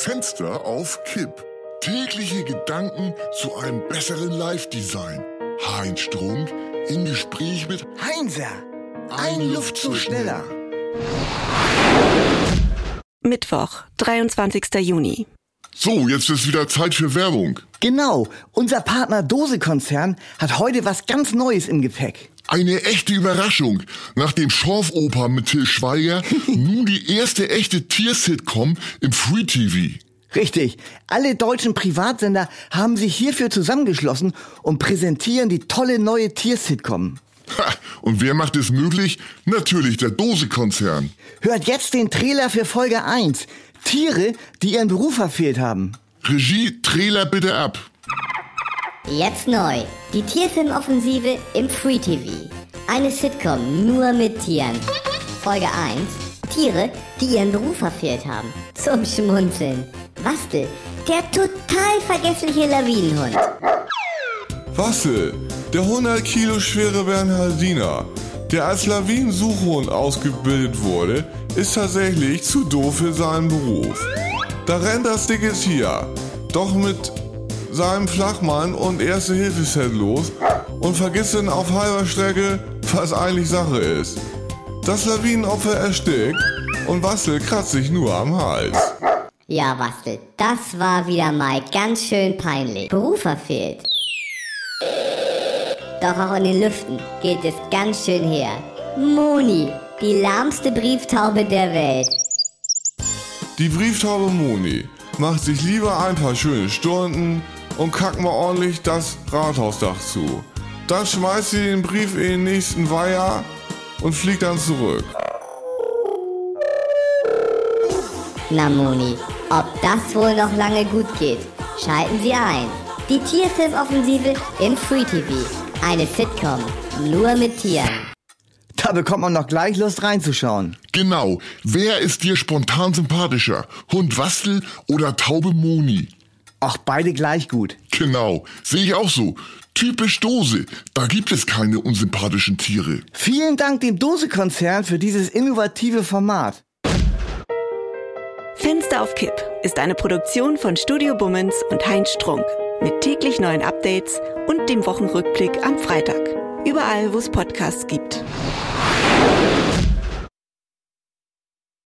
Fenster auf Kipp. Tägliche Gedanken zu einem besseren Live-Design. Heinz Strunk im Gespräch mit Heinzer, ein Luftzug schneller. Mittwoch, 23. Juni. So, jetzt ist wieder Zeit für Werbung. Genau, unser Partner Dose-Konzern hat heute was ganz Neues im Gepäck. Eine echte Überraschung. Nach dem Schorfoper mit Til Schweiger nun die erste echte Tier-Sitcom im Free TV. Richtig, alle deutschen Privatsender haben sich hierfür zusammengeschlossen und präsentieren die tolle neue Tier-Sitcom. Und wer macht es möglich? Natürlich der Dose-Konzern. Hört jetzt den Trailer für Folge 1. Tiere, die ihren Beruf verfehlt haben. Regie, Trailer bitte ab. Jetzt neu. Die Tierfilmoffensive im Free TV. Eine Sitcom nur mit Tieren. Folge 1. Tiere, die ihren Beruf verfehlt haben. Zum Schmunzeln. Wastel, der total vergessliche Lawinenhund. Wastel, der 100 Kilo schwere Bernhardiner, der als Lawinensuchhund ausgebildet wurde, ist tatsächlich zu doof für seinen Beruf. Da rennt das dicke Tier doch mit seinem Flachmann und Erste-Hilfe-Set los und vergisst dann auf halber Strecke, was eigentlich Sache ist. Das Lawinenopfer erstickt und Wastel kratzt sich nur am Hals. Ja, Wastel, das war wieder mal ganz schön peinlich. Beruf verfehlt. Doch auch in den Lüften geht es ganz schön her. Moni, die lahmste Brieftaube der Welt. Die Brieftaube Moni macht sich lieber ein paar schöne Stunden und kackt mal ordentlich das Rathausdach zu. Dann schmeißt sie den Brief in den nächsten Weiher und fliegt dann zurück. Na Moni, ob das wohl noch lange gut geht? Schalten Sie ein. Die Tierfilmoffensive im Free TV. Eine Sitcom, nur mit Tieren. Da bekommt man noch gleich Lust reinzuschauen. Genau. Wer ist dir spontan sympathischer? Hund Wastel oder Taube Moni? Ach, beide gleich gut. Genau. Sehe ich auch so. Typisch Dose. Da gibt es keine unsympathischen Tiere. Vielen Dank dem Dose-Konzern für dieses innovative Format. Fenster auf Kipp ist eine Produktion von Studio Bummens und Heinz Strunk. Mit täglich neuen Updates und dem Wochenrückblick am Freitag. Überall, wo es Podcasts gibt.